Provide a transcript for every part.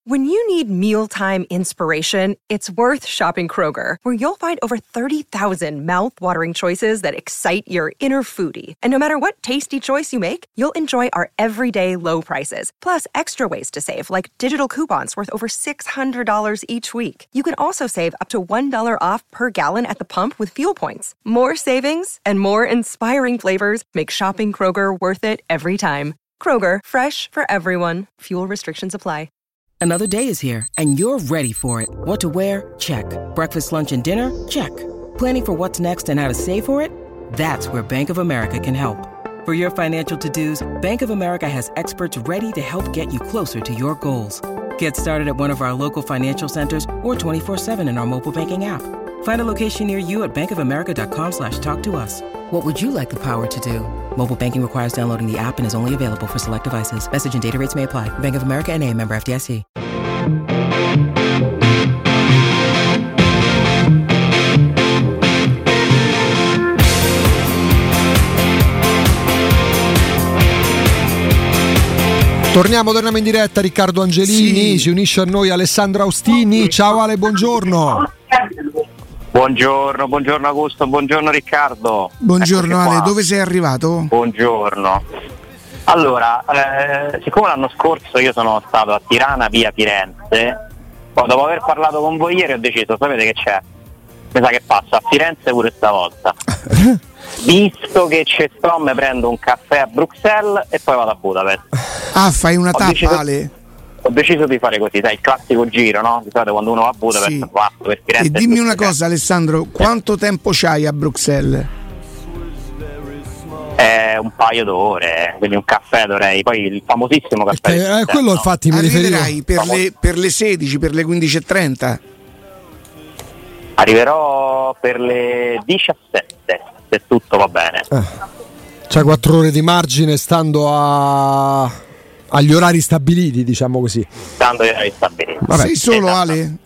When you need mealtime inspiration, it's worth shopping Kroger, where you'll find over 30,000 mouth-watering choices that excite your inner foodie. And no matter what tasty choice you make, you'll enjoy our everyday low prices, plus extra ways to save, like digital coupons worth over $600 each week. You can also save up to $1 off per gallon at the pump with fuel points. More savings and more inspiring flavors make shopping Kroger worth it every time. Kroger, fresh for everyone. Fuel restrictions apply. Another day is here, and you're ready for it. What to wear? Check. Breakfast, lunch, and dinner? Check. Planning for what's next and how to save for it? That's where Bank of America can help. For your financial to-dos, Bank of America has experts ready to help get you closer to your goals. Get started at one of our local financial centers or 24/7 in our mobile banking app. Find a location near you at bankofamerica.com/talktous. What would you like the power to do? Mobile banking requires downloading the app and is only available for select devices. Message and data rates may apply. Bank of America N.A., member FDIC. Torniamo in diretta. Riccardo Angelini, si unisce a noi Alessandro Austini. Ciao Ale, buongiorno. Buongiorno Augusto, buongiorno Riccardo. Buongiorno Ale, dove sei arrivato? Buongiorno. Allora, siccome l'anno scorso io sono stato a Tirana via Firenze, poi dopo aver parlato con voi ieri ho deciso, sapete che c'è? Mi sa che passo a Firenze pure stavolta. Visto che ci sto, mi prendo un caffè a Bruxelles e poi vado a Budapest. Ah, fai una tappa, Ale? Ho deciso di fare così, sai, il classico giro, no? Di solito quando uno va a Budapest va per Firenze. E dimmi una cosa, Alessandro, quanto tempo c'hai a Bruxelles? Un paio d'ore, quindi un caffè dovrei, poi il famosissimo caffè. Quello infatti mi arriverai per le 16, per le 15:30? Arriverò per le 17, se tutto va bene. C'hai 4 ore di margine stando agli orari stabiliti, diciamo così. Stando agli orari stabiliti. Sei solo, Ale?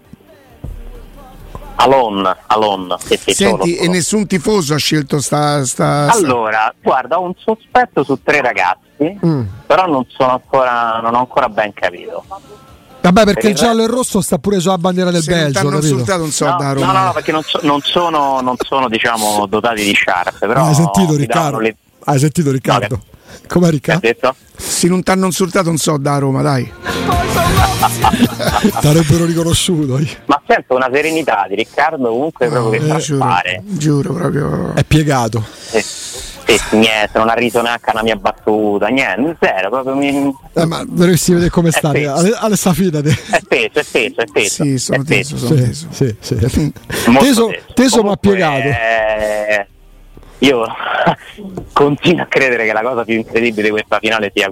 Alone. Senti, solo. E nessun tifoso ha scelto Allora, guarda, ho un sospetto su 3 ragazzi, però non ho ancora ben capito. Vabbè, perché il giallo e il rosso sta pure sulla bandiera del Belgio. Non t'hanno insultato, non so, da Roma. No, perché non sono diciamo dotati di sciarpe, però Hai sentito Riccardo? No, com'è Riccardo? Hai detto? Se non t'hanno insultato, non so, da Roma, dai. T'avrebbero riconosciuto. Ma sento una serenità di Riccardo comunque proprio che traspare. Giuro proprio. È piegato. Niente, non ha riso neanche una mia battuta, niente, zero, proprio ma dovresti vedere come sta Alessa, fidati. È teso. Sì, sono teso. Sì. Teso ma piegato. Io continuo a credere che la cosa più incredibile di questa finale sia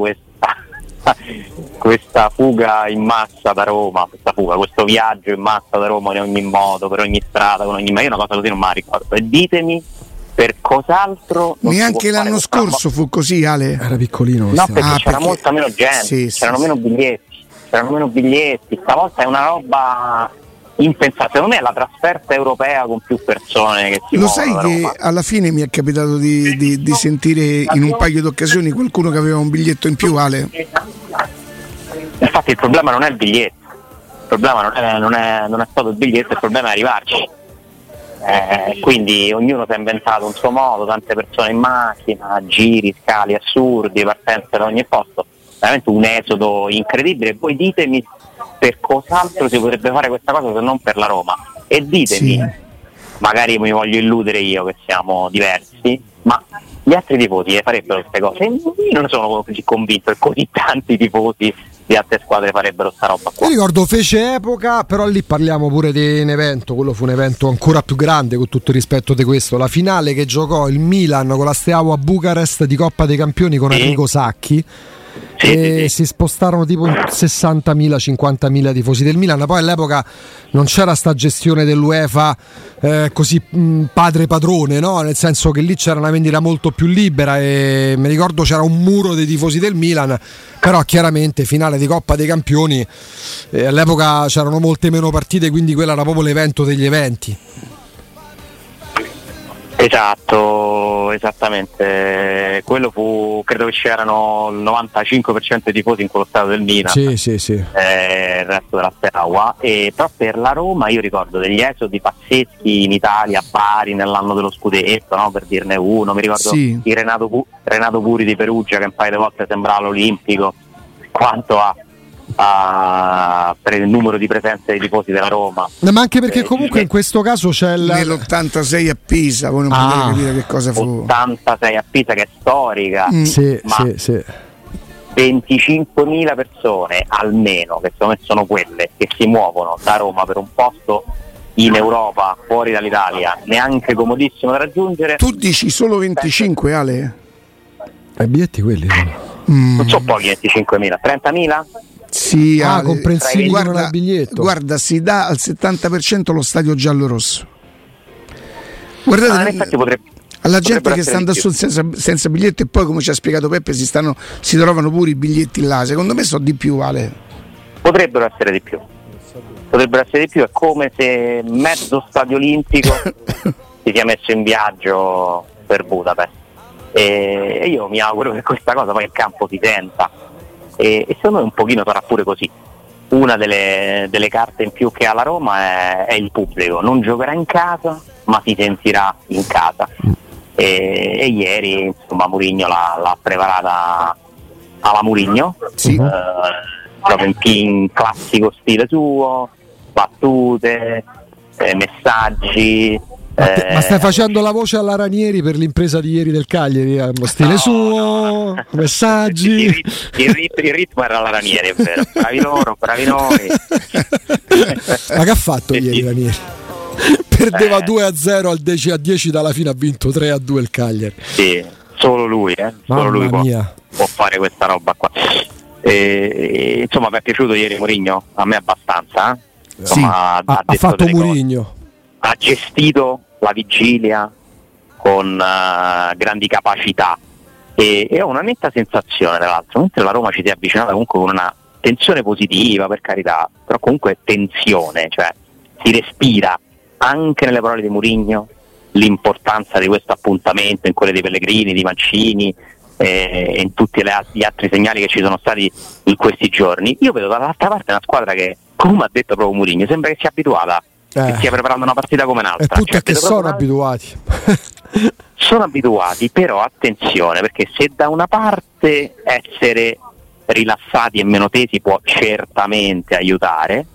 questa fuga in massa da Roma, questo viaggio in massa da Roma in ogni modo, per ogni strada, ma io una cosa così non me la ricordo. E ditemi per cos'altro. Neanche l'anno scorso fu così, Ale? Era piccolino. No, perché c'era molta meno gente, c'erano meno biglietti. Stavolta è una roba impensabile. Secondo me è la trasferta europea con più persone che si Lo sai che Roma. Alla fine mi è capitato di sentire in un paio di occasioni qualcuno che aveva un biglietto in più, Ale? Infatti il problema non è il biglietto, il problema non è stato il biglietto, il problema è arrivarci. Quindi ognuno si è inventato un suo modo, tante persone in macchina, giri, scali assurdi, partenze da ogni posto, veramente un esodo incredibile. Voi ditemi per cos'altro si potrebbe fare questa cosa se non per la Roma, e ditemi, magari mi voglio illudere io che siamo diversi, ma gli altri tifosi farebbero queste cose? Io non sono così convinto che così tanti tifosi di altre squadre farebbero sta roba qua. Io ricordo fece epoca, però lì parliamo pure di un evento, quello fu un evento ancora più grande, con tutto il rispetto di questo, la finale che giocò il Milan con la Steaua Bucarest di Coppa dei Campioni con Enrico Sacchi. Si spostarono tipo 60.000, 50.000 tifosi del Milan. Poi all'epoca non c'era sta gestione dell'UEFA così padre padrone, no? Nel senso che lì c'era una vendita molto più libera e mi ricordo c'era un muro dei tifosi del Milan, però chiaramente finale di Coppa dei Campioni, all'epoca c'erano molte meno partite, quindi quello era proprio l'evento degli eventi. Esatto, esattamente quello fu, credo che c'erano il 95% dei tifosi in quello stadio del Milan, Sì. il resto della Steaua, e però per la Roma io ricordo degli esodi pazzeschi in Italia, a Bari nell'anno dello scudetto, no? Per dirne uno, mi ricordo Sì. il Renato Puri di Perugia, che un paio di volte sembrava l'Olimpico, quanto per il numero di presenze dei tifosi della Roma. Ma anche perché comunque in questo caso c'è nell'86 a Pisa, voi non potete capire che cosa fu. 86 a Pisa, che è storica, Sì. 25.000 persone almeno, che sono quelle che si muovono da Roma per un posto in Europa, fuori dall'Italia, neanche comodissimo da raggiungere. Tu dici solo 25, Ale? I biglietti quelli Non so pochi, 25.000, 30.000? Sì, Ale, comprensivi che non ha il biglietto. Guarda, si dà al 70% lo stadio giallo-rosso. Guardate, infatti potrebbe. alla gente che sta andando senza biglietto, e poi, come ci ha spiegato Peppe, si trovano pure i biglietti là. Secondo me sono di più, Ale. Potrebbero essere di più. È come se mezzo stadio olimpico si sia messo in viaggio per Budapest, e io mi auguro che questa cosa poi in campo si senta, e secondo me un pochino sarà pure così. Una delle carte in più che ha la Roma è il pubblico, non giocherà in casa ma si sentirà in casa, e ieri insomma Mourinho l'ha preparata alla Mourinho, Sì. proprio in classico stile suo, battute, messaggi. Ma stai facendo la voce alla Ranieri per l'impresa di ieri del Cagliari, lo stile suo, messaggi. Il ritmo era la Ranieri, è vero. Bravi loro, bravi noi. Ma che ha fatto ieri Ranieri? Perdeva 2-0 a 10 dalla fine, ha vinto 3-2 il Cagliari. Sì, solo lui, solo lui può fare questa roba qua. Insomma, mi è piaciuto ieri Mourinho, a me abbastanza. Insomma, ha fatto Mourinho. Ha gestito la vigilia con grandi capacità, e ho una netta sensazione, tra l'altro, mentre la Roma ci si è avvicinata comunque con una tensione positiva, per carità, però comunque tensione, cioè si respira anche nelle parole di Mourinho l'importanza di questo appuntamento, in quelle di Pellegrini, di Mancini, e in tutti gli altri segnali che ci sono stati in questi giorni. Io vedo dall'altra parte una squadra che, come ha detto proprio Mourinho, sembra che sia abituata, che stia preparando una partita come un'altra. E tutti che sono abituati. Sono abituati, però attenzione, perché se da una parte essere rilassati e meno tesi può certamente aiutare,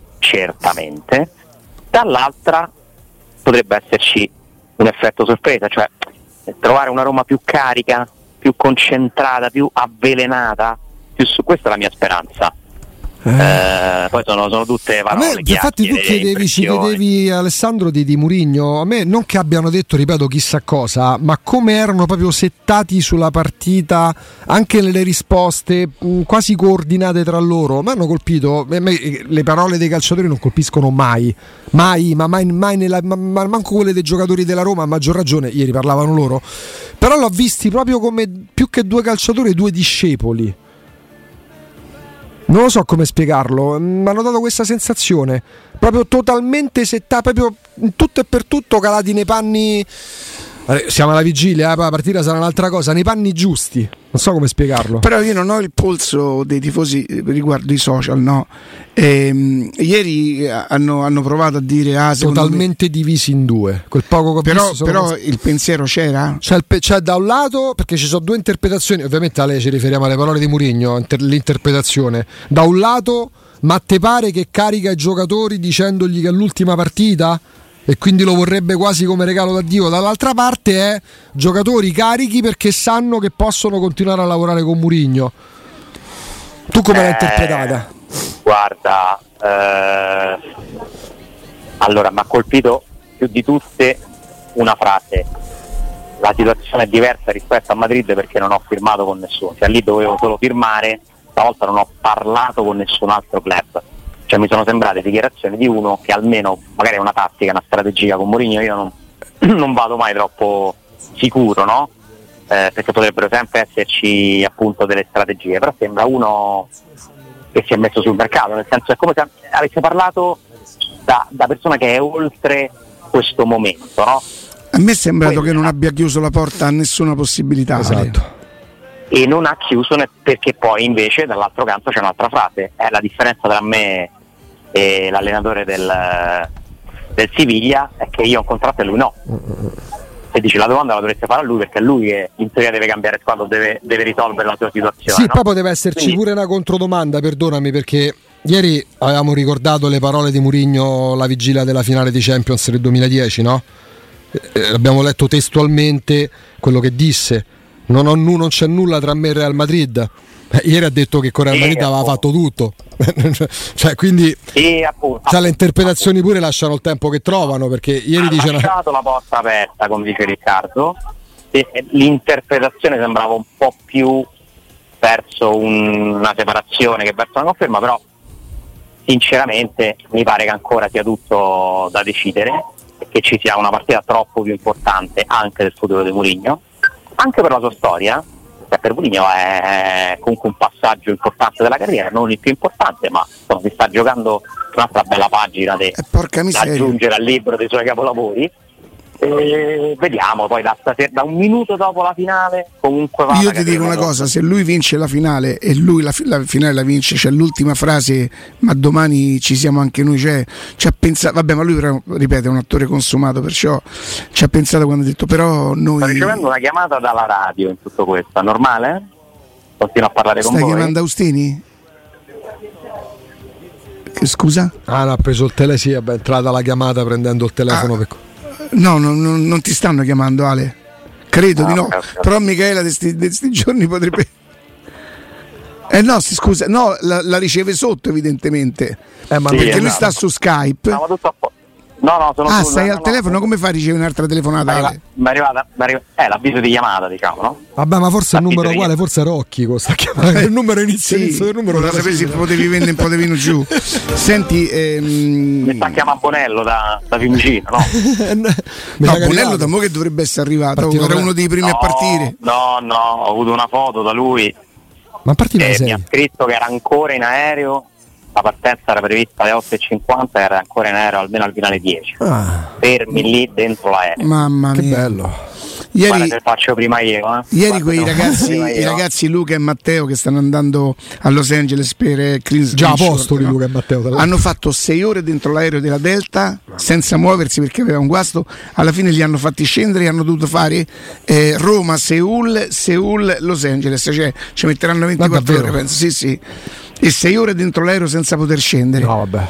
dall'altra potrebbe esserci un effetto sorpresa, cioè trovare una Roma più carica, più concentrata, più avvelenata, questa è la mia speranza. Poi sono tutte parole. Infatti tu ci chiedevi, Alessandro, di Mourinho. A me non che abbiano detto, ripeto, chissà cosa, ma come erano proprio settati sulla partita, anche nelle risposte quasi coordinate tra loro. Mi hanno colpito. Le parole dei calciatori non colpiscono mai, ma manco quelle dei giocatori della Roma, a maggior ragione. Ieri parlavano loro, però l'ho visti proprio come, più che due calciatori, due discepoli. Non lo so come spiegarlo, mi hanno dato questa sensazione, proprio totalmente proprio in tutto e per tutto calati nei panni. Siamo alla vigilia, la partita sarà un'altra cosa, nei panni giusti, non so come spiegarlo. Però io non ho il polso dei tifosi riguardo i social, no? Ieri hanno provato a dire totalmente divisi in due, quel poco che però il pensiero c'era? C'è da un lato, perché ci sono due interpretazioni, ovviamente a lei ci riferiamo alle parole di Mourinho, l'interpretazione. Da un lato, ma te pare che carica i giocatori dicendogli che è l'ultima partita? E quindi lo vorrebbe quasi come regalo da Dio. Dall'altra parte è giocatori carichi perché sanno che possono continuare a lavorare con Mourinho. Tu come l'hai interpretata? Guarda, allora mi ha colpito più di tutte una frase: la situazione è diversa rispetto a Madrid perché non ho firmato con nessuno, cioè lì dovevo solo firmare, stavolta non ho parlato con nessun altro club. Cioè mi sono sembrate dichiarazioni di uno che almeno magari è una tattica, una strategia. Con Mourinho io non vado mai troppo sicuro, no? Perché potrebbero sempre esserci appunto delle strategie, però sembra uno che si è messo sul mercato, nel senso è come se avesse parlato da persona che è oltre questo momento, no? A me è sembrato che non abbia chiuso la porta a nessuna possibilità. Esatto. e non ha chiuso perché poi invece dall'altro canto c'è un'altra frase, è la differenza tra me e l'allenatore del Siviglia è che io ho un contratto e lui no. E dici la domanda la dovreste fare a lui, perché è lui che in teoria deve cambiare squadra, deve risolvere la sua situazione. Sì, no? poi poteva esserci pure una controdomanda, perdonami, perché ieri avevamo ricordato le parole di Mourinho la vigilia della finale di Champions del 2010, no? Abbiamo letto testualmente quello che disse: non c'è nulla tra me e Real Madrid. Ieri ha detto che con Real Madrid aveva fatto tutto. Cioè, quindi le interpretazioni pure lasciano il tempo che trovano, perché ieri dice ha lasciato la porta aperta, come dice Riccardo, e l'interpretazione sembrava un po' più verso una separazione che verso una conferma, però sinceramente mi pare che ancora sia tutto da decidere e che ci sia una partita troppo più importante anche del futuro di Mourinho, anche per la sua storia. Per Mourinho è comunque un passaggio importante della carriera, non il più importante, ma si sta giocando un'altra bella pagina da aggiungere al libro dei suoi capolavori. Vediamo poi da un minuto dopo la finale comunque va. Io ti dico una cosa: se lui vince la finale e lui la finale la vince, c'è l'ultima frase, ma domani ci siamo anche noi, ci ha pensato, vabbè, ma lui però, ripeto, è un attore consumato, perciò ci ha pensato quando ha detto però noi. Sto ricevendo una chiamata dalla radio in tutto questo, è normale? Continuo a parlare con voi. Stai chiamando Austini? Scusa? No, ha preso il telefono, sì, è entrata la chiamata prendendo il telefono per... No, non ti stanno chiamando, Ale. Credo di no. Okay. Però Michela di questi giorni potrebbe. No, scusa, no, la riceve sotto, evidentemente. Ma sì, perché lui sta su Skype. No, tutto a posto. No, sono stai al telefono, come fai a ricevere un'altra telefonata? Mi è arrivata l'avviso di chiamata, diciamo, no? Vabbè, ma forse il numero uguale, forse Rocchi sta chiamando. Il numero inizio del numero. Non sapessi se potevi vendere un po' giù. Senti, mi sta chiamando Bonello da Fiumicino, no? No, Bonello da mo' che dovrebbe essere arrivato, era uno dei primi a partire. No, ho avuto una foto da lui. Ma partita mi ha scritto che era ancora in aereo. La partenza era prevista alle 8:50, era ancora in aereo almeno al finale 10. Fermi lì dentro l'aereo. Mamma mia, che bello. Ieri che faccio prima io. Ieri quei ragazzi Luca e Matteo che stanno andando a Los Angeles per Chris già apostoli, no? Luca e Matteo hanno fatto 6 ore dentro l'aereo della Delta senza muoversi perché aveva un guasto. Alla fine li hanno fatti scendere e hanno dovuto fare Roma, Seul, Los Angeles, cioè ci metteranno 24 ore, penso. Sì. E 6 ore dentro l'aereo senza poter scendere. No, vabbè.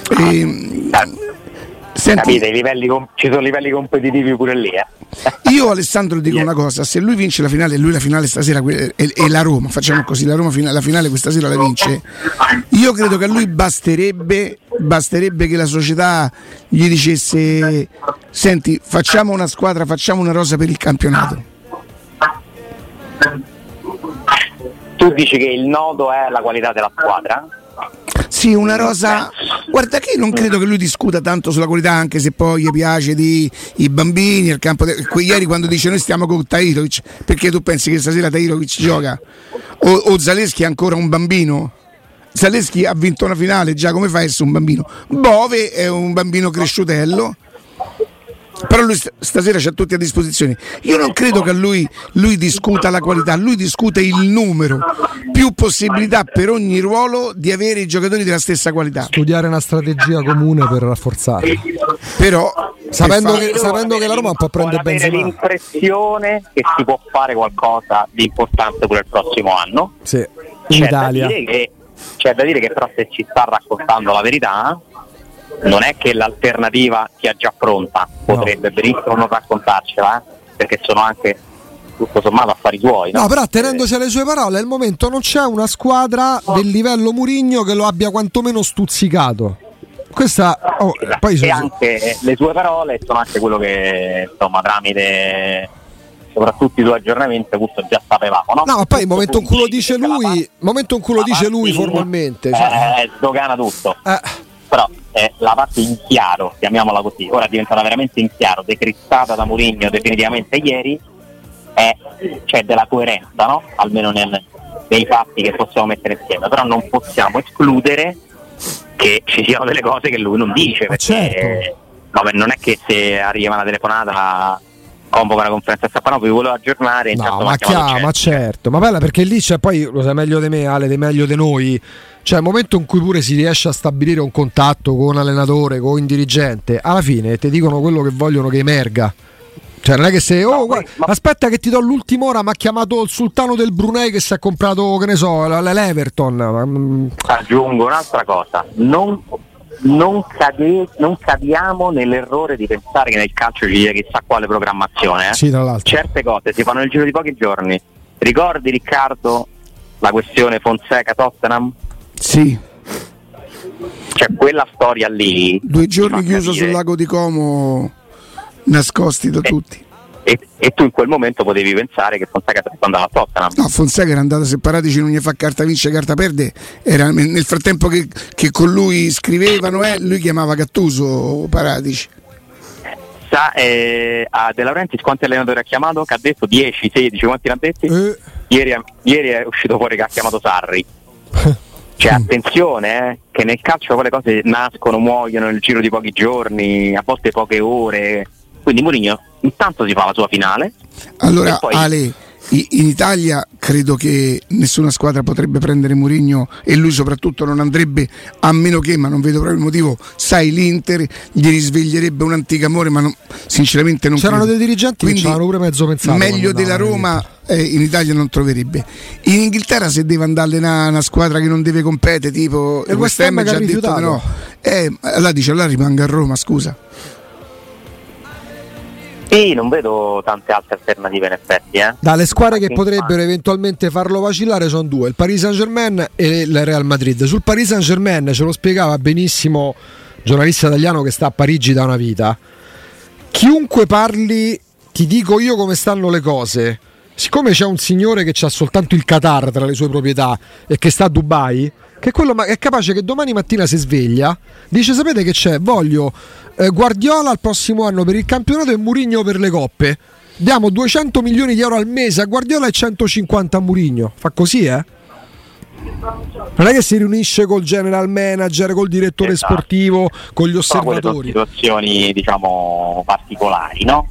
Senti, capite, ci sono livelli competitivi pure lì. Io Alessandro dico una cosa: se lui vince la finale, e lui la finale stasera e la Roma, facciamo così, la Roma la finale questa sera la vince, io credo che a lui basterebbe che la società gli dicesse: senti, facciamo una squadra, facciamo una rosa per il campionato. Tu dici che il nodo è la qualità della squadra? Sì, una rosa. Guarda che non credo che lui discuta tanto sulla qualità, anche se poi gli piace i bambini al campo. Ieri quando dice noi stiamo con Tahirovic, perché tu pensi che stasera Tahirovic gioca? O Zaleschi è ancora un bambino? Zaleschi ha vinto una finale, già come fa a essere un bambino? Bove è un bambino cresciutello. Però lui stasera c'ha tutti a disposizione. Io non credo che lui discuta la qualità, lui discute il numero, più possibilità per ogni ruolo di avere i giocatori della stessa qualità. Studiare una strategia comune per rafforzarla. Però sapendo che la Roma può prendere Benzema, l'impressione che si può fare qualcosa di importante pure il prossimo anno. Sì, in Italia. C'è da dire che però se ci sta raccontando la verità, non è che l'alternativa sia già pronta, potrebbe benissimo non raccontarcela, perché sono anche tutto sommato affari suoi. No, però tenendosi alle sue parole, al momento non c'è una squadra del livello Mourinho che lo abbia quantomeno stuzzicato. Questa poi e anche le sue parole sono anche quello che insomma tramite soprattutto i 2 aggiornamenti appunto già sapevamo, no? No, ma poi il momento in cui lo dice lui, formalmente sdogana tutto. Però la parte in chiaro, chiamiamola così, ora è diventata veramente in chiaro, decrittata da Mourinho definitivamente ieri, c'è della coerenza, no? Almeno nei fatti che possiamo mettere insieme, però non possiamo escludere che ci siano delle cose che lui non dice, perché certo. Vabbè, non è che se arriva una telefonata convoca una conferenza stampa, no, vi volevo aggiornare. Ma certo, ma bella, perché lì c'è, poi lo sai meglio di me, Ale, meglio di noi, cioè il momento in cui pure si riesce a stabilire un contatto con allenatore, con un dirigente, alla fine ti dicono quello che vogliono che emerga. Cioè non è che se aspetta che ti do l'ultima ora, mi ha chiamato il sultano del Brunei che si è comprato, che ne so, l'Everton. Aggiungo un'altra cosa, non cadiamo nell'errore di pensare che nel calcio ci sia chissà quale programmazione. Sì, tra l'altro. Certe cose si fanno nel giro di pochi giorni. Ricordi, Riccardo, la questione Fonseca-Tottenham? Sì. Cioè quella storia lì. 2 giorni chiuso sul lago di Como, nascosti da tutti. E tu in quel momento potevi pensare che Fonseca andava a Tottenham. No, Fonseca era andato separatici, non gli fa carta vince, carta perde. Era nel frattempo che con lui scrivevano, lui chiamava Gattuso Paratici. A De Laurentiis quanti allenatori ha chiamato? Che ha detto 10, 16, quanti l'ha detti? Ieri è uscito fuori che ha chiamato Sarri. Cioè attenzione, che nel calcio quelle cose nascono, muoiono nel giro di pochi giorni, a volte poche ore. Quindi Mourinho intanto si fa la sua finale. Allora poi... Ale, in Italia credo che nessuna squadra potrebbe prendere Mourinho, e lui soprattutto non andrebbe, a meno che, ma non vedo proprio il motivo, sai, l'Inter gli risveglierebbe un antico amore, ma sinceramente non c'erano credo. Dei dirigenti che ci avevano pure mezzo pensato. Meglio della Roma in Italia non troverebbe. In Inghilterra, se deve andare a allenare una squadra che non deve competere, tipo il West Ham già ha detto no, allora dice, allora rimanga a Roma, scusa. Sì, non vedo tante altre alternative in effetti. Dalle squadre che potrebbero eventualmente farlo vacillare sono 2, il Paris Saint-Germain e il Real Madrid. Sul Paris Saint-Germain ce lo spiegava benissimo un giornalista italiano che sta a Parigi da una vita. Chiunque parli, ti dico io come stanno le cose. Siccome c'è un signore che c'ha soltanto il Qatar tra le sue proprietà e che sta a Dubai, che quello è capace che domani mattina si sveglia, dice: sapete che c'è? Voglio Guardiola al prossimo anno per il campionato e Mourinho per le coppe. Diamo 200 milioni di euro al mese a Guardiola e 150 a Mourinho. Fa così, Non è che si riunisce col general manager, col direttore sportivo, con gli osservatori. Sono situazioni, diciamo, particolari, no?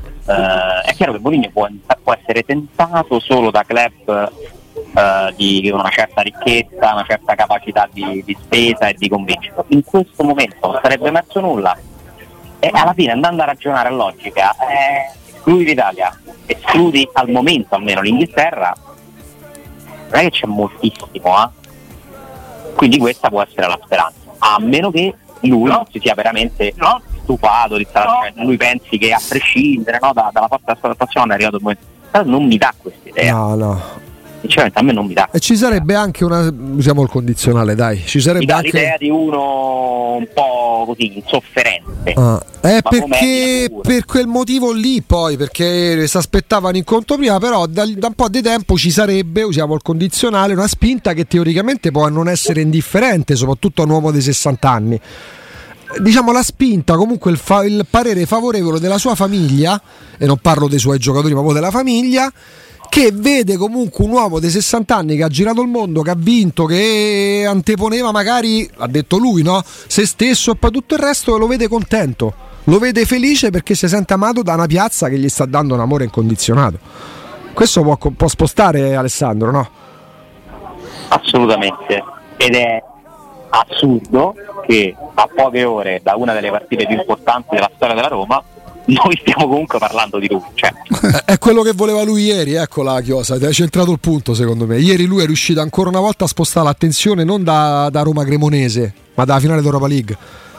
È chiaro che Mourinho può essere tentato solo da club di una certa ricchezza, una certa capacità di spesa e di convincere. In questo momento non sarebbe emerso nulla, e alla fine, andando a ragionare a logica, escludi l'Italia, escludi al momento almeno l'Inghilterra, non è che c'è moltissimo, quindi questa può essere la speranza, a meno che lui si sia veramente stufato di stare, lui pensi che a prescindere dalla forza della situazione è arrivato il momento. Non mi dà questa idea. No. Sinceramente a me non mi dà. E ci sarebbe anche usiamo il condizionale, dai. Ci sarebbe mi dà anche l'idea di uno un po' così insofferente. Perché per quel motivo lì, poi, perché si aspettavano in conto prima, però da un po' di tempo ci sarebbe, usiamo il condizionale, una spinta che teoricamente può non essere indifferente, soprattutto a un uomo di 60 anni. Diciamo la spinta, comunque il parere favorevole della sua famiglia, e non parlo dei suoi giocatori ma proprio della famiglia, che vede comunque un uomo dei 60 anni che ha girato il mondo, che ha vinto, che anteponeva magari, ha detto lui, se stesso, e poi tutto il resto, lo vede contento, lo vede felice perché si sente amato da una piazza che gli sta dando un amore incondizionato. Questo può spostare, Alessandro, no? Assolutamente, ed è assurdo che a poche ore da una delle partite più importanti della storia della Roma noi stiamo comunque parlando di lui, È quello che voleva lui ieri, eccola la chiosa, ti hai centrato il punto secondo me. Ieri lui è riuscito ancora una volta a spostare l'attenzione non da Roma Cremonese, ma dalla finale d'Europa League.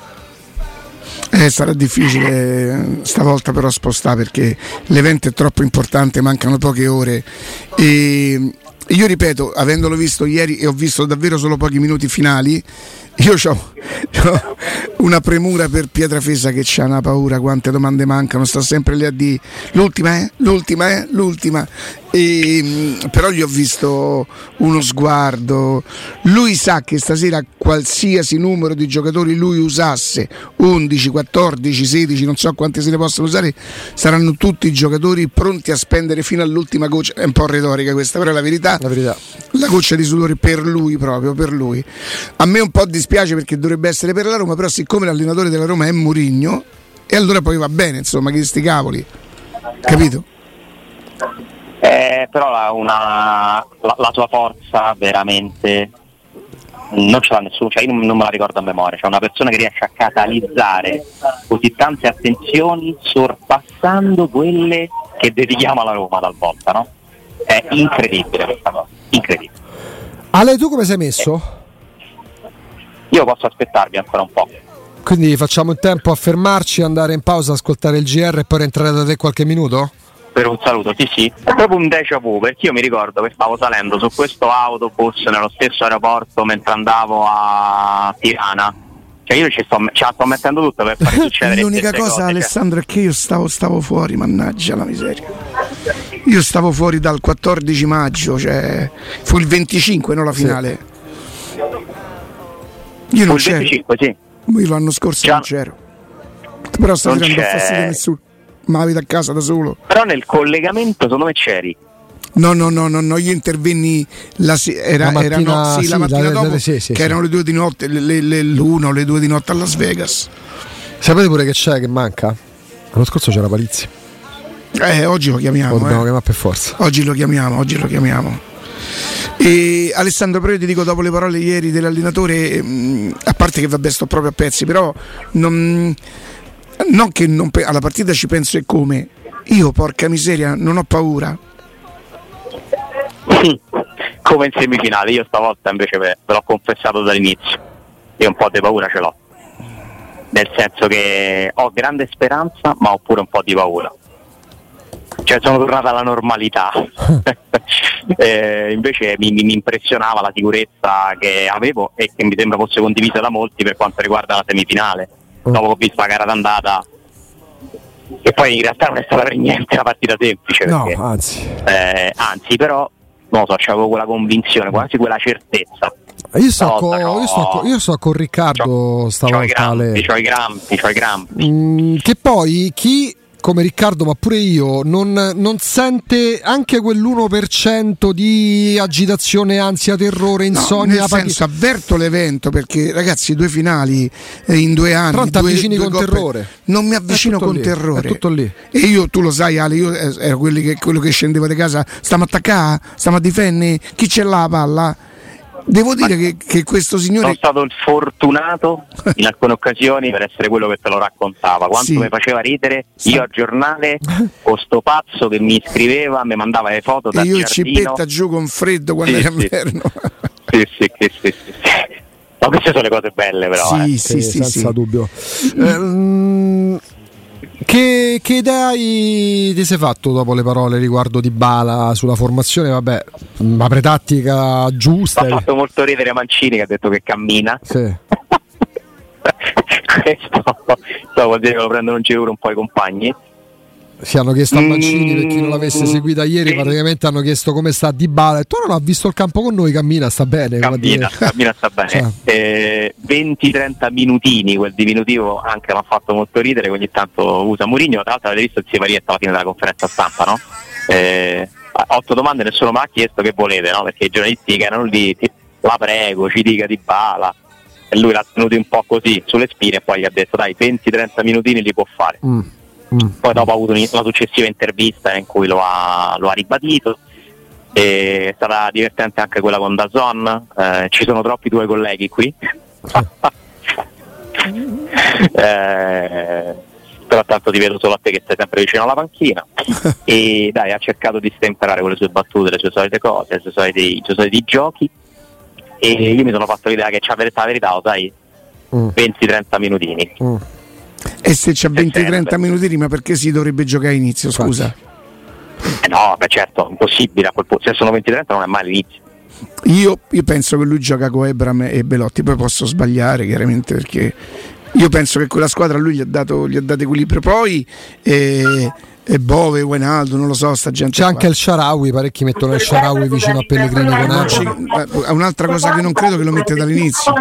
Sarà difficile stavolta però spostare, perché l'evento è troppo importante, mancano poche ore, e io ripeto, avendolo visto ieri e ho visto davvero solo pochi minuti finali, io c'ho una premura per Pietrafesa che c'ha una paura, quante domande mancano, sta sempre lì a dire l'ultima, e però gli ho visto uno sguardo, lui sa che stasera qualsiasi numero di giocatori lui usasse, 11, 14, 16, non so quanti se ne possono usare, saranno tutti giocatori pronti a spendere fino all'ultima goccia. È un po' retorica questa, però è la verità, la goccia di sudore per lui, proprio per lui. A me un po' dispiace perché dovrebbe essere per la Roma, però siccome l'allenatore della Roma è Mourinho, e allora poi va bene, insomma, che sti cavoli. capito? Però la sua forza veramente non ce l'ha nessuno, cioè io non me la ricordo a memoria, c'è una persona che riesce a catalizzare così tante attenzioni sorpassando quelle che dedichiamo alla Roma talvolta, no? È incredibile questa cosa, incredibile. Ale, tu come sei messo? Io posso aspettarvi ancora un po'. Quindi facciamo in tempo a fermarci, andare in pausa, ascoltare il GR e poi rientrare da te qualche minuto? Per un saluto, sì, è proprio un déjà vu, perché io mi ricordo che stavo salendo su questo autobus nello stesso aeroporto mentre andavo a Tirana, cioè io ce la sto mettendo tutto per fare succedere. L'unica cosa cose, Alessandro, è che io stavo fuori, mannaggia la miseria, io stavo fuori dal 14 maggio, cioè fu il 25, non la finale, io non c'ero, 25, sì. Io l'anno scorso non c'ero, però stasera non do fastidio a nessuno, ma avete a casa da solo. Però nel collegamento secondo me c'eri. No, io intervenni la mattina dopo, che erano le 2 di notte, l'1 o le 2 di notte a Las Vegas. Sapete pure che c'è che manca? L'anno scorso c'era Palizzi. Oggi lo chiamiamo. Dobbiamo chiamare per forza. Oggi lo chiamiamo. E Alessandro, però io ti dico, dopo le parole ieri dell'allenatore, a parte che vabbè sto proprio a pezzi, però non che alla partita ci penso e come. Io porca miseria non ho paura. Come in semifinale, io stavolta invece ve l'ho confessato dall'inizio, io un po' di paura ce l'ho, nel senso che ho grande speranza ma ho pure un po' di paura, cioè sono tornata alla normalità. Invece mi impressionava la sicurezza che avevo e che mi sembra fosse condivisa da molti per quanto riguarda la semifinale, dopo che ho visto la gara d'andata, che poi in realtà non è stata per niente una partita semplice, perché, no, anzi però non so, c'avevo quella convinzione, quasi quella certezza. Io sto con Riccardo stavolta. C'ho i grampi. Che poi chi come Riccardo, ma pure io, non sente anche quell'1% di agitazione, ansia, terrore, insonnia? Nel senso, avverto l'evento, perché ragazzi, 2 finali in 2 anni. Però ti avvicini con coppe, terrore. Non mi avvicino con lì, terrore. È tutto lì. E io, tu lo sai Ale, io ero quello che scendeva di casa, stiamo a attaccare, stiamo a difendere, chi c'è là la palla? Devo dire che questo signore... Sono stato il fortunato in alcune occasioni per essere quello che te lo raccontava. Quanto mi faceva ridere io a giornale con sto pazzo che mi scriveva, mi mandava le foto dal giardino. E io cippetta giù con freddo quando era inverno. Sì. Ma queste sono le cose belle, però. Sì, senza dubbio. Che idea ti sei fatto dopo le parole riguardo Dybala sulla formazione? Vabbè, una pretattica giusta. Mi ha fatto molto ridere Mancini che ha detto che cammina. Sì. Questo vuol dire che lo prendono in giro un po' i compagni. Si hanno chiesto a Mancini, per chi non l'avesse seguita ieri, praticamente hanno chiesto come sta Dybala, e tu non ha visto il campo con noi, cammina, sta bene. Cammina, sta bene. 20-30 minutini, quel diminutivo anche mi ha fatto molto ridere, ogni tanto usa Mourinho. Tra l'altro avete visto il Sivarietta alla fine della conferenza stampa, no? 8 domande, nessuno mi ha chiesto che volete, no? Perché i giornalisti che erano lì, la prego, ci dica Dybala, e lui l'ha tenuto un po' così sulle spine e poi gli ha detto dai, 20-30 minutini li può fare. Poi dopo ha avuto la successiva intervista in cui lo ha ribadito. È stata divertente anche quella con DAZN. Ci sono troppi tuoi colleghi qui. Però tanto ti vedo solo a te che stai sempre vicino alla panchina. E dai, ha cercato di stemperare con le sue battute, le sue solite cose, i suoi soliti giochi. E io mi sono fatto l'idea che c'ha la verità, lo sai, 20-30 minutini. E se c'ha 20-30 minutini, ma perché si dovrebbe giocare a inizio, scusa? No, beh certo, impossibile a quel punto. Se sono 20-30 non è mai l'inizio. Io penso che lui gioca con Ebram e Belotti, poi posso sbagliare chiaramente, perché io penso che quella squadra lui gli ha dato equilibrio. Poi e Bove, Wijnaldum, non lo so, sta gente. C'è anche il Shaarawy, parecchi mettono il Shaarawy vicino a Pellegrini con Aci. Un'altra cosa che non credo che lo mette dall'inizio.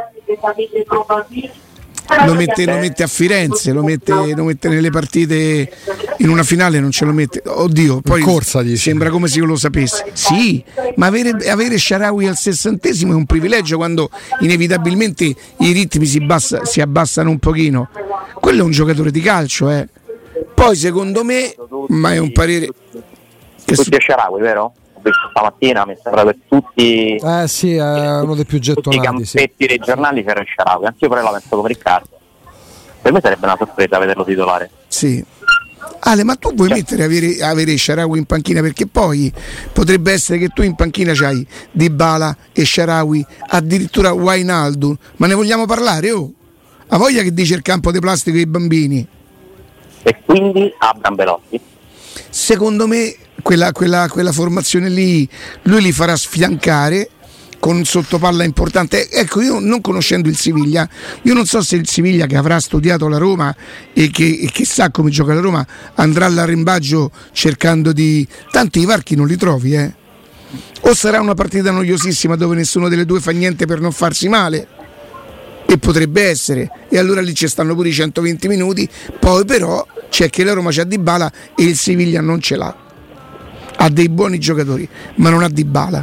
Lo mette a Firenze, lo mette nelle partite, in una finale non ce lo mette. Oddio, poi corsa, sembra come se io lo sapessi. Sì, ma avere Shaarawy al 60° è un privilegio quando inevitabilmente i ritmi si abbassano un pochino. Quello è un giocatore di calcio, Poi secondo me Ma è un parere tutti a Shaarawy, vero? Ho visto stamattina, mi sembra per tutti sì, è uno dei più gettonati, i campetti dei giornali c'era Shaarawy, anch'io però la penso come Riccardo. Per me sarebbe una sorpresa vederlo titolare. Sì. Ale, ma tu vuoi mettere avere Shaarawy in panchina? Perché poi potrebbe essere che tu in panchina c'hai Dybala e Shaarawy, addirittura Wijnaldum, ma ne vogliamo parlare? Ha voglia che dice il campo di plastica ai bambini. E quindi Abraham Belotti? Secondo me quella formazione lì lui li farà sfiancare con un sottopalla importante. Ecco, io non conoscendo il Siviglia, io non so se il Siviglia, che avrà studiato la Roma e che sa come gioca la Roma, andrà all'arrembaggio cercando di... Tanti i varchi non li trovi, o sarà una partita noiosissima dove nessuno delle due fa niente per non farsi male, e potrebbe essere, e allora lì ci stanno pure i 120 minuti. Poi però c'è che la Roma c'ha Dybala e il Siviglia non ce l'ha, ha dei buoni giocatori ma non ha Dybala,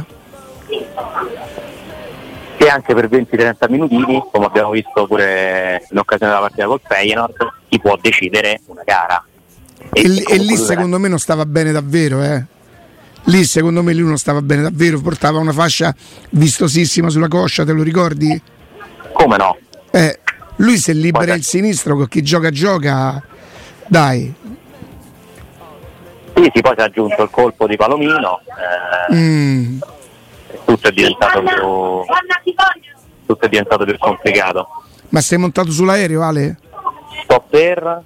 che anche per 20-30 minutini, come abbiamo visto pure in occasione della partita col Feyenoord, si può decidere una gara. E lì secondo me non stava bene davvero, Lì secondo me lui non stava bene davvero, portava una fascia vistosissima sulla coscia, te lo ricordi? Come no? Lui se libera il sinistro con chi gioca, dai. Sì, poi si è aggiunto il colpo di Palomino, tutto è diventato più complicato. Ma sei montato sull'aereo, Ale? Sto per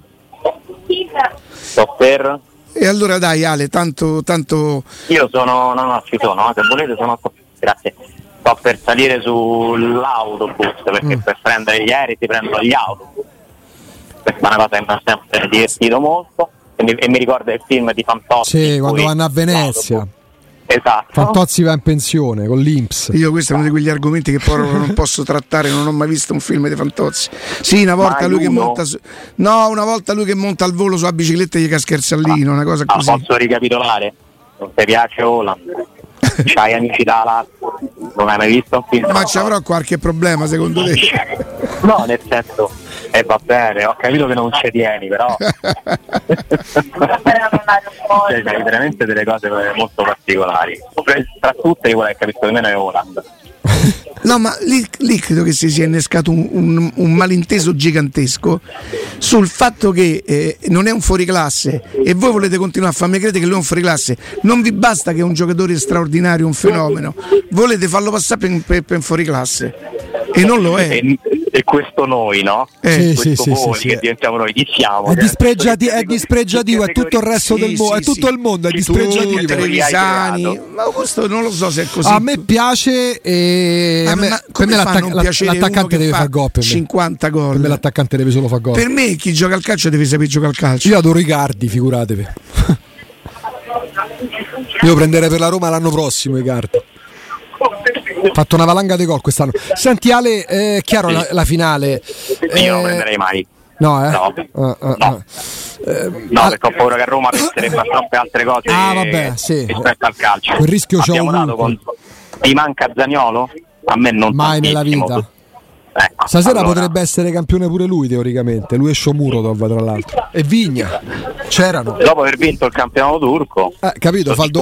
E allora dai, Ale, tanto io sono, no, ci sono, se volete grazie. Sto per salire sull'autobus, perché per prendere gli aerei si prendono gli autobus. Questa è una cosa che mi ha sempre divertito molto e mi ricorda il film di Fantozzi. Sì, quando vanno a Venezia. L'autobus. Esatto. Fantozzi va in pensione con l'Inps. Io questo è uno di quegli argomenti che poi non posso trattare, non ho mai visto un film di Fantozzi. Sì, una volta lui che monta al volo sulla bicicletta e gli casca il sallino, una cosa così. Posso ricapitolare? Non ti piace Holland? C'hai amici da Lazio? Non hai mai visto un film? Ma ci avrò qualche problema secondo te? No, nel senso, va bene, ho capito che non ci tieni, però c'hai veramente delle cose molto particolari. Tra tutte quella che capisco di meno è Holland. No, ma lì credo che si sia innescato un malinteso gigantesco sul fatto che non è un fuoriclasse e voi volete continuare a farmi credere che lui è un fuoriclasse. Non vi basta che è un giocatore straordinario, un fenomeno, volete farlo passare per un fuoriclasse e non lo è. E questo noi, no? Questo voi che diventiamo noi, diciamo. È dispregiativo, è tutto il resto del mondo, è tutto il mondo, è dispregiativo. Trevisani, ma questo non lo so se è così. A me piace per me l'attaccante deve fare gol. 50 gol. Per me l'attaccante deve solo fare gol. Per me chi gioca al calcio deve sapere giocare al calcio. Io adoro Icardi, figuratevi. Io prenderei per la Roma l'anno prossimo Icardi. Fatto una valanga di gol quest'anno. Senti Ale, è chiaro la finale. Io non prenderei mai. No, No, perché ho paura che Roma penserebbe a troppe altre cose rispetto al calcio. Quel rischio c'è ovunque. Ti manca Zaniolo? A me non mai nella vita. Ecco, stasera potrebbe essere campione pure lui teoricamente. Lui e Shomurodov tra l'altro. E Vigna c'erano. Dopo aver vinto il campionato turco, capito? Fa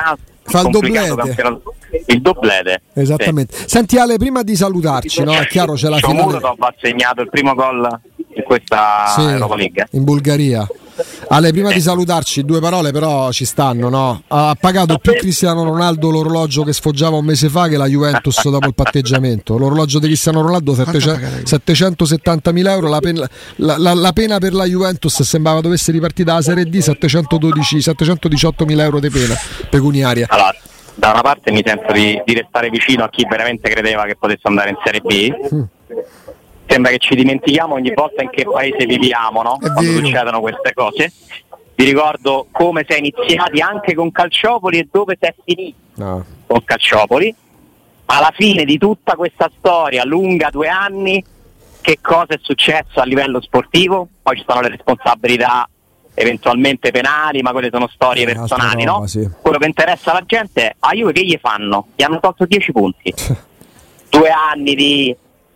il doblete. Esattamente. Sì. Senti Ale, prima di salutarci, no? È chiaro c'è la finale. Shomurodov ha segnato il primo gol in questa Europa League in Bulgaria. Ale, prima di salutarci, due parole però ci stanno, no? Ha pagato più Cristiano Ronaldo l'orologio che sfoggiava un mese fa che la Juventus dopo il patteggiamento. L'orologio di Cristiano Ronaldo 770.000 euro, la pena per la Juventus sembrava dovesse ripartire dalla Serie D, 718.000 euro di pena pecuniaria. Allora, da una parte mi sento di restare vicino a chi veramente credeva che potesse andare in Serie B. Sembra che ci dimentichiamo ogni volta in che paese viviamo, no? Quando succedono queste cose. Vi ricordo come si è iniziati anche con Calciopoli e dove si è finito con Calciopoli. Alla fine di tutta questa storia lunga 2 anni, che cosa è successo a livello sportivo? Poi ci sono le responsabilità eventualmente penali, ma quelle sono storie personali, no? Sì. Quello che interessa alla gente è a Juve che gli fanno? Gli hanno tolto 10 punti. 2 anni di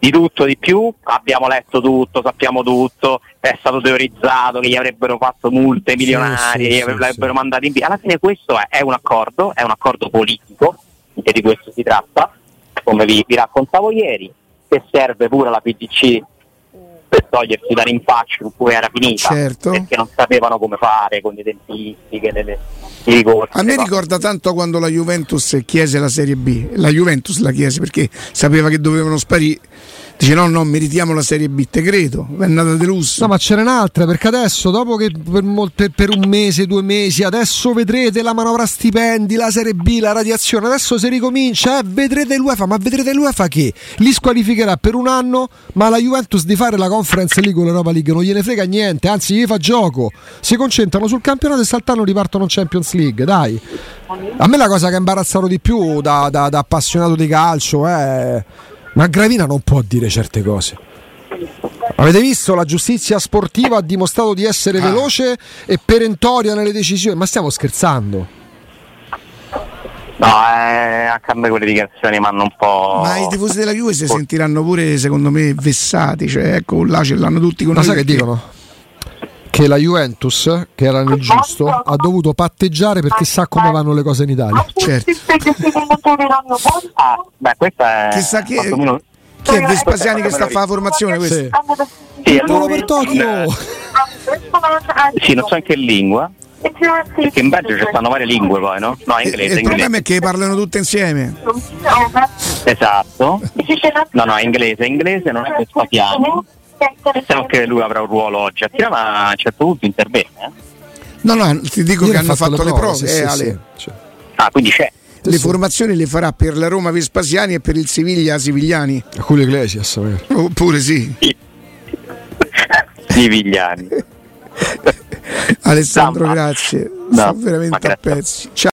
di tutto di più, abbiamo letto tutto, sappiamo tutto, è stato teorizzato che gli avrebbero fatto multe milionarie, gli avrebbero mandati in via. Alla fine questo è un accordo politico, e di questo si tratta, come vi raccontavo ieri, che serve pure alla PDC per togliersi da l'impaccio in cui era finita, certo, perché non sapevano come fare con le tempistiche, i ricorsi. A me ricorda tanto quando la Juventus chiese la Serie B, la Juventus la chiese perché sapeva che dovevano sparire, dice no, meritiamo la Serie B, te credo, è andata deluso. No, ma c'era un'altra, perché adesso, dopo che per un mese, 2 mesi, adesso vedrete la manovra stipendi, la Serie B, la radiazione, adesso si ricomincia, vedrete l'UEFA, ma vedrete l'UEFA che li squalificherà per un anno, ma la Juventus di fare la Conference League o l'Europa League non gliene frega niente, anzi gli fa gioco, si concentrano sul campionato e saltano ripartono in Champions League, dai. A me la cosa che ha imbarazzato di più da appassionato di calcio è... Ma Gravina non può dire certe cose. Avete visto? La giustizia sportiva ha dimostrato di essere veloce e perentoria nelle decisioni. Ma stiamo scherzando? No, anche a me quelle dichiarazioni mi hanno un po'... Ma i tifosi della Juve si sentiranno pure, secondo me, vessati. Cioè, ecco, là ce l'hanno tutti con noi. Ma sai perché... che dicono? Che la Juventus, che era nel giusto, ha dovuto patteggiare perché sa come vanno le cose in Italia. Certo. Questa è... Chissà chi è Vespasiani che sta a fare la formazione questa? Sì, per Tokyo. Sì, non so in che lingua. Perché in Belgio ci stanno varie lingue poi, no? No, inglese. Il problema è che parlano tutte insieme. Esatto. No, inglese, non è Vespasiani. Se no che lui avrà un ruolo oggi a Tirana, a un certo punto interviene. No, ti dico che hanno fatto le prove, Ale. Sì. Ah, quindi c'è. Le formazioni le farà per la Roma Vespasiani e per il Siviglia Sivigliani. Julio Iglesias, oppure sì. Sivigliani. Alessandro, grazie. Sono veramente a pezzi. Ciao.